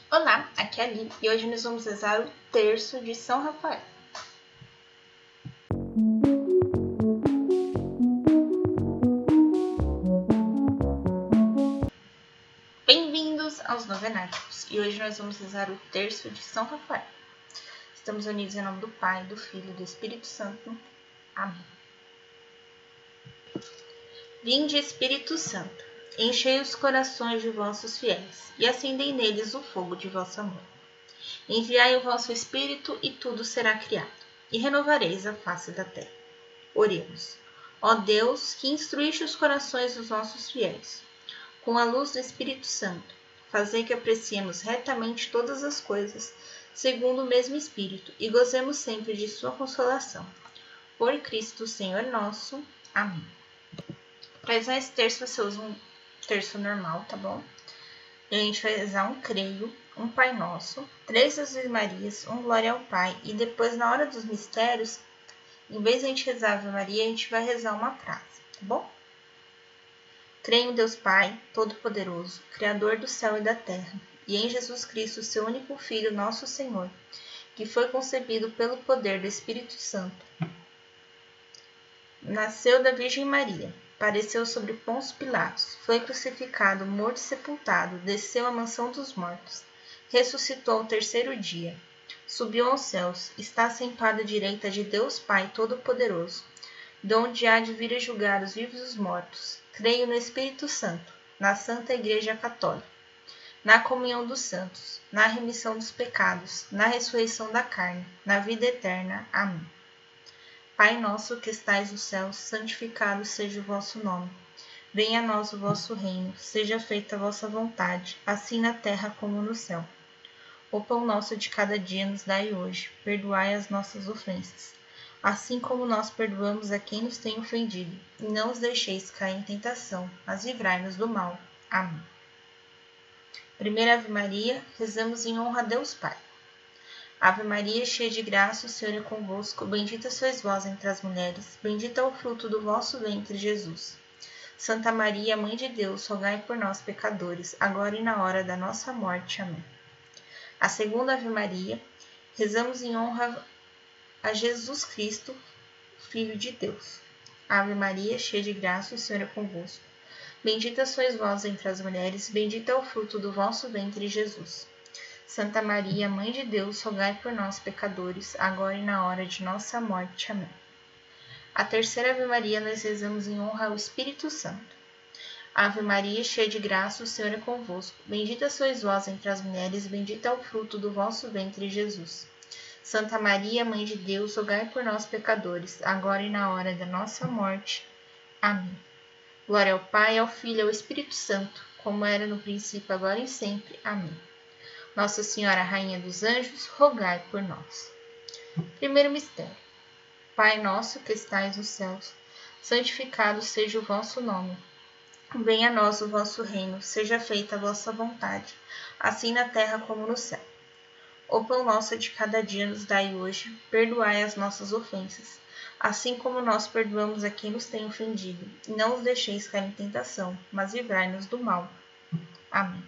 Olá, aqui é a Lili e hoje nós vamos rezar o terço de São Rafael. Bem-vindos aos Novenáticos e hoje nós vamos rezar o terço de São Rafael. Estamos unidos em nome do Pai, do Filho e do Espírito Santo. Amém. Vinde, Espírito Santo, enchei os corações de vossos fiéis e acendei neles o fogo de vosso amor. Enviai o vosso Espírito e tudo será criado, e renovareis a face da terra. Oremos. Ó Deus, que instruíste os corações dos nossos fiéis, com a luz do Espírito Santo, fazei que apreciemos retamente todas as coisas, segundo o mesmo Espírito, e gozemos sempre de sua consolação. Por Cristo, Senhor nosso. Amém. Para rezar esse terço, você usa um terço normal, tá bom? E a gente vai rezar um creio, um Pai Nosso, 3 Ave Marias, um Glória ao Pai, e depois, na hora dos mistérios, em vez de a gente rezar Ave Maria, a gente vai rezar uma frase, tá bom? Creio em Deus Pai, Todo-Poderoso, Criador do céu e da terra, e em Jesus Cristo, seu único Filho, nosso Senhor, que foi concebido pelo poder do Espírito Santo. Nasceu da Virgem Maria, pareceu sobre Pôncio Pilatos, foi crucificado, morto e sepultado, desceu à mansão dos mortos, ressuscitou ao terceiro dia, subiu aos céus, está sentado à direita de Deus Pai Todo-Poderoso, de onde há de vir a julgar os vivos e os mortos. Creio no Espírito Santo, na Santa Igreja Católica, na comunhão dos santos, na remissão dos pecados, na ressurreição da carne, na vida eterna. Amém. Pai nosso que estais nos céus, santificado seja o vosso nome. Venha a nós o vosso reino, seja feita a vossa vontade, assim na terra como no céu. O pão nosso de cada dia nos dai hoje, perdoai as nossas ofensas, assim como nós perdoamos a quem nos tem ofendido, e não os deixeis cair em tentação, mas livrai-nos do mal. Amém. Primeira Ave Maria, rezamos em honra a Deus Pai. Ave Maria, cheia de graça, o Senhor é convosco, bendita sois vós entre as mulheres, bendito é o fruto do vosso ventre, Jesus. Santa Maria, Mãe de Deus, rogai por nós, pecadores, agora e na hora da nossa morte. Amém. A segunda Ave Maria, rezamos em honra a Jesus Cristo, Filho de Deus. Ave Maria, cheia de graça, o Senhor é convosco. Bendita sois vós entre as mulheres, bendito é o fruto do vosso ventre, Jesus. Santa Maria, Mãe de Deus, rogai por nós, pecadores, agora e na hora de nossa morte. Amém. A terceira Ave Maria, nós rezamos em honra ao Espírito Santo. Ave Maria, cheia de graça, o Senhor é convosco. Bendita sois vós entre as mulheres, bendito é o fruto do vosso ventre, Jesus. Santa Maria, Mãe de Deus, rogai por nós, pecadores, agora e na hora da nossa morte. Amém. Glória ao Pai, ao Filho e ao Espírito Santo, como era no princípio, agora e sempre. Amém. Nossa Senhora, Rainha dos Anjos, rogai por nós. Primeiro mistério. Pai nosso que estais nos céus, santificado seja o vosso nome. Venha a nós o vosso reino, seja feita a vossa vontade, assim na terra como no céu. O pão nosso de cada dia nos dai hoje, perdoai as nossas ofensas, assim como nós perdoamos a quem nos tem ofendido, e não os deixeis cair em tentação, mas livrai-nos do mal. Amém.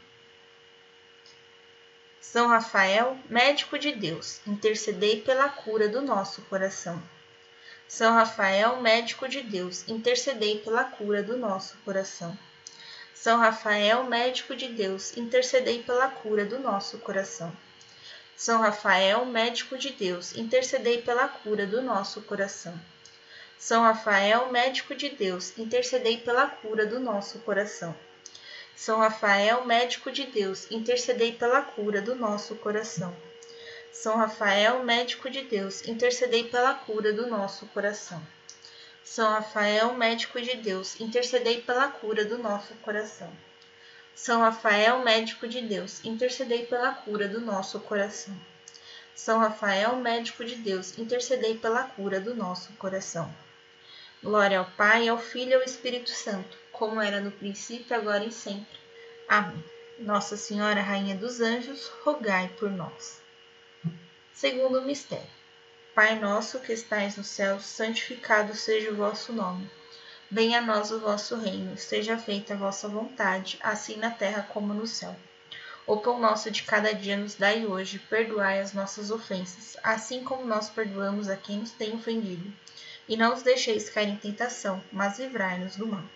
São Rafael, médico de Deus, intercedei pela cura do nosso coração. São Rafael, médico de Deus, intercedei pela cura do nosso coração. São Rafael, médico de Deus, intercedei pela cura do nosso coração. São Rafael, médico de Deus, intercedei pela cura do nosso coração. São Rafael, médico de Deus, intercedei pela cura do nosso coração. São Rafael, médico de Deus, intercedei pela cura do nosso coração. São Rafael, médico de Deus, intercedei pela cura do nosso coração. São Rafael, médico de Deus, intercedei pela cura do nosso coração. São Rafael, médico de Deus, intercedei pela cura do nosso coração. São Rafael, médico de Deus, intercedei pela cura do nosso coração. Glória ao Pai, ao Filho e ao Espírito Santo, como era no princípio, agora e sempre. Amém. Nossa Senhora, Rainha dos Anjos, rogai por nós. Segundo mistério. Pai nosso que estais no céu, santificado seja o vosso nome. Venha a nós o vosso reino, seja feita a vossa vontade, assim na terra como no céu. O pão nosso de cada dia nos dai hoje, perdoai as nossas ofensas, assim como nós perdoamos a quem nos tem ofendido. E não os deixeis cair em tentação, mas livrai-nos do mal.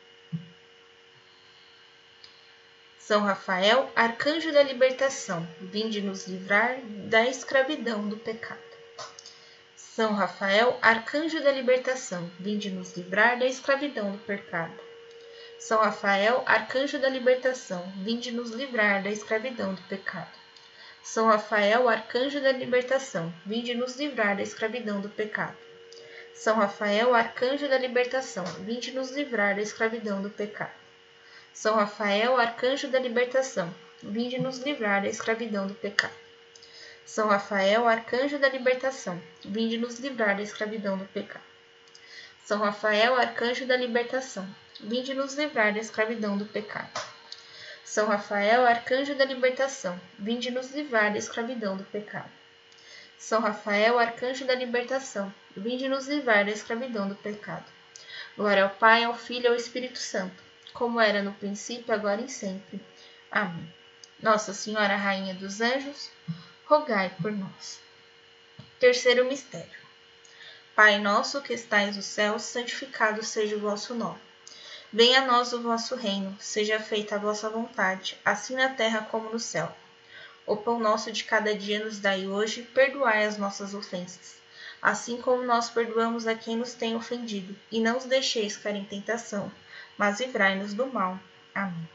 São Rafael, arcanjo da libertação, vinde nos livrar da escravidão do pecado. São Rafael, arcanjo da libertação, vinde nos livrar da escravidão do pecado. São Rafael, arcanjo da libertação, vinde nos livrar da escravidão do pecado. São Rafael, arcanjo da libertação, vinde nos livrar da escravidão do pecado. São Rafael, arcanjo da libertação, vinde nos livrar da escravidão do pecado. São Rafael, arcanjo da libertação, vinde nos livrar da escravidão do pecado. São Rafael, arcanjo da libertação, vinde nos livrar da escravidão do pecado. São Rafael, arcanjo da libertação, vinde nos livrar da escravidão do pecado. São Rafael, arcanjo da libertação, vinde nos livrar da escravidão do pecado. São Rafael, arcanjo da libertação, vinde nos livrar da escravidão do pecado. Glória ao Pai, ao Filho e ao Espírito Santo, como era no princípio, agora e sempre. Amém. Nossa Senhora, Rainha dos Anjos, rogai por nós. Terceiro mistério. Pai nosso que estais nos céus, santificado seja o vosso nome. Venha a nós o vosso reino, seja feita a vossa vontade, assim na terra como no céu. O pão nosso de cada dia nos dai hoje, perdoai as nossas ofensas, assim como nós perdoamos a quem nos tem ofendido, e não os deixeis cair em tentação, mas livrai-nos do mal. Amém.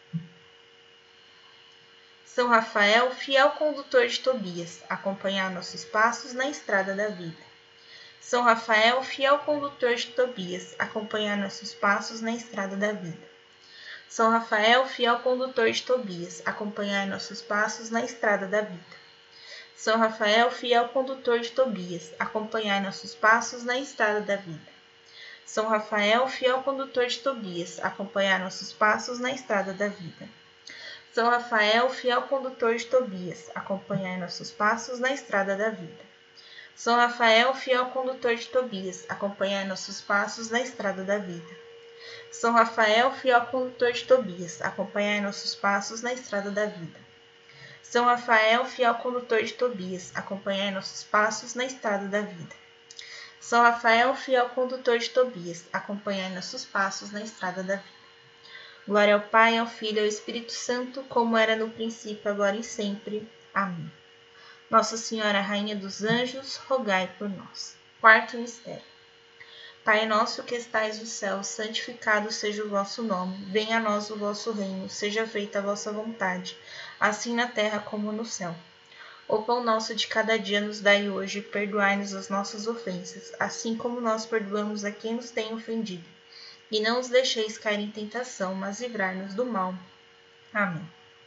São Rafael, fiel condutor de Tobias, acompanhar nossos passos na estrada da vida. São Rafael, fiel condutor de Tobias, acompanhar nossos passos na estrada da vida. São Rafael, fiel condutor de Tobias, acompanhar nossos passos na estrada da vida. São Rafael, fiel condutor de Tobias, acompanhar nossos passos na estrada da vida. São Rafael, fiel condutor de Tobias, acompanhar nossos passos na estrada da vida. São Rafael, fiel condutor de Tobias, acompanhar nossos passos na estrada da vida. São Rafael, fiel condutor de Tobias, acompanhar nossos passos na estrada da vida. São Rafael, fiel condutor de Tobias, acompanhar nossos passos na estrada da vida. São Rafael, fiel condutor de Tobias, acompanhar nossos passos na estrada da vida. São Rafael, fiel condutor de Tobias, acompanhar nossos passos na estrada da vida. Glória ao Pai, ao Filho e ao Espírito Santo, como era no princípio, agora e sempre. Amém. Nossa Senhora, Rainha dos Anjos, rogai por nós. Quarto mistério. Pai nosso que estais nos céus, santificado seja o vosso nome. Venha a nós o vosso reino, seja feita a vossa vontade, assim na terra como no céu. O pão nosso de cada dia nos dai hoje, perdoai-nos as nossas ofensas, assim como nós perdoamos a quem nos tem ofendido. E não os deixeis cair em tentação, mas livrai-nos do mal. Amém.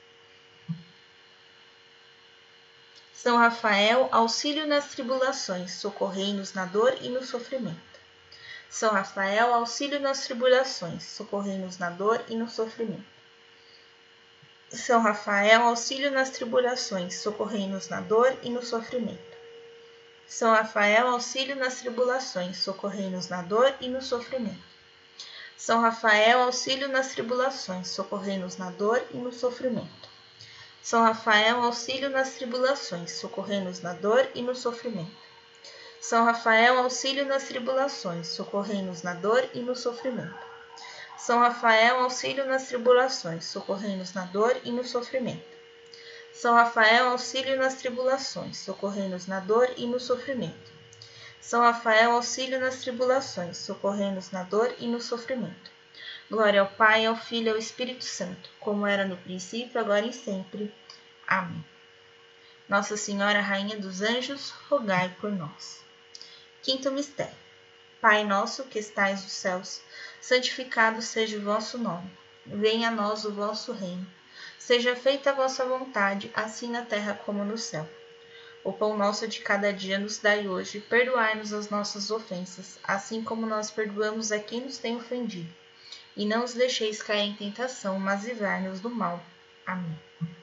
São Rafael, auxílio nas tribulações, socorrei-nos na dor e no sofrimento. São Rafael, auxílio nas tribulações, socorrei-nos na dor e no sofrimento. São Rafael, auxílio nas tribulações, socorrei-nos na dor e no sofrimento. São Rafael, auxílio nas tribulações, socorrei-nos na dor e no sofrimento. São Rafael, auxílio nas tribulações, socorrei-nos na dor e no sofrimento. São Rafael, auxílio nas tribulações, socorrei-nos na dor e no sofrimento. São Rafael, auxílio nas tribulações, socorrei-nos na dor e no sofrimento. São Rafael, auxílio nas tribulações, socorrei-nos na dor e no sofrimento. São Rafael, auxílio nas tribulações, socorrei-nos na dor e no sofrimento. São Rafael, auxílio nas tribulações, socorrei-nos na dor e no sofrimento. Glória ao Pai, ao Filho e ao Espírito Santo, como era no princípio, agora e sempre. Amém. Nossa Senhora, Rainha dos Anjos, rogai por nós. Quinto mistério. Pai nosso que estais nos céus, santificado seja o vosso nome. Venha a nós o vosso reino. Seja feita a vossa vontade, assim na terra como no céu. O pão nosso de cada dia nos dai hoje, perdoai-nos as nossas ofensas, assim como nós perdoamos a quem nos tem ofendido. E não os deixeis cair em tentação, mas livrai-nos do mal. Amém.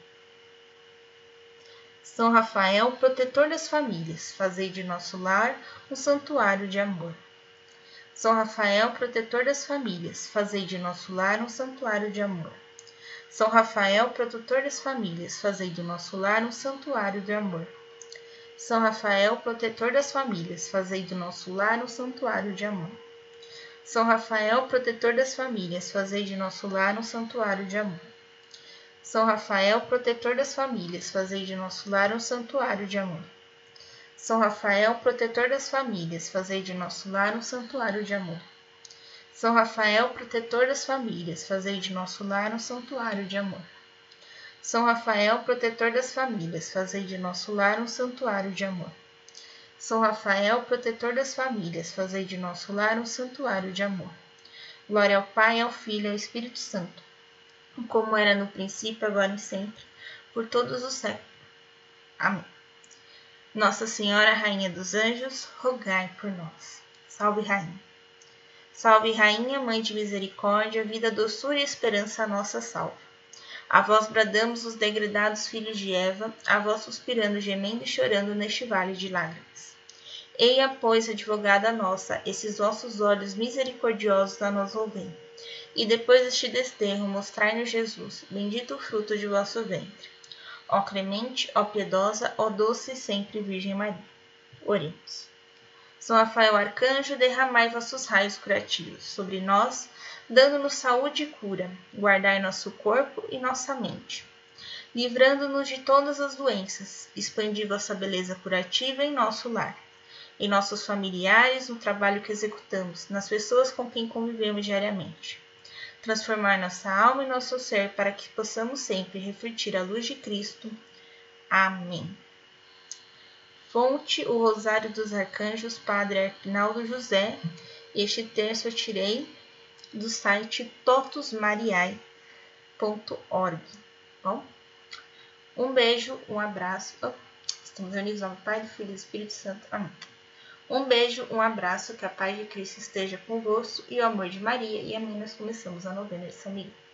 São Rafael, protetor das famílias, fazei de nosso lar um santuário de amor. São Rafael, protetor das famílias, fazei de nosso lar um santuário de amor. São Rafael, protetor das famílias, fazei do nosso lar um santuário de amor. São Rafael, protetor das famílias, fazei do nosso lar um santuário de amor. São Rafael, protetor das famílias, fazei de nosso lar um santuário de amor. São Rafael, protetor das famílias, fazei de nosso lar um santuário de amor. São Rafael, protetor das famílias, fazei de nosso lar um santuário de amor. São Rafael, protetor das famílias, fazei de nosso lar um santuário de amor. São Rafael, protetor das famílias, fazei de nosso lar um santuário de amor. São Rafael, protetor das famílias, fazei de nosso lar um santuário de amor. Glória ao Pai, ao Filho e ao Espírito Santo, como era no princípio, agora e sempre, por todos os séculos. Amém. Nossa Senhora, Rainha dos Anjos, rogai por nós. Salve, Rainha. Salve, Rainha, Mãe de Misericórdia, vida, doçura e esperança, a nossa salve. A vós bradamos os degredados filhos de Eva, a vós suspirando, gemendo e chorando neste vale de lágrimas. Eia, pois, advogada nossa, esses vossos olhos misericordiosos a nós volvem. E depois deste desterro, mostrai-nos Jesus, bendito o fruto de vosso ventre. Ó clemente, ó piedosa, ó doce e sempre Virgem Maria. Oremos. São Rafael Arcanjo, derramai vossos raios curativos sobre nós, dando-nos saúde e cura, guardai nosso corpo e nossa mente, livrando-nos de todas as doenças, expandi vossa beleza curativa em nosso lar, em nossos familiares, no trabalho que executamos, nas pessoas com quem convivemos diariamente. Transformar nossa alma e nosso ser para que possamos sempre refletir a luz de Cristo. Amém. Fonte, o Rosário dos Arcanjos, Padre Arnaldo José. Este texto eu tirei do site totusmariae.org. Bom, um beijo, um abraço. Estamos unidos ao Pai, do Filho e do Espírito Santo. Amém. Um beijo, um abraço, que a paz de Cristo esteja convosco e o amor de Maria. E amém, nós começamos a novena de São Miguel.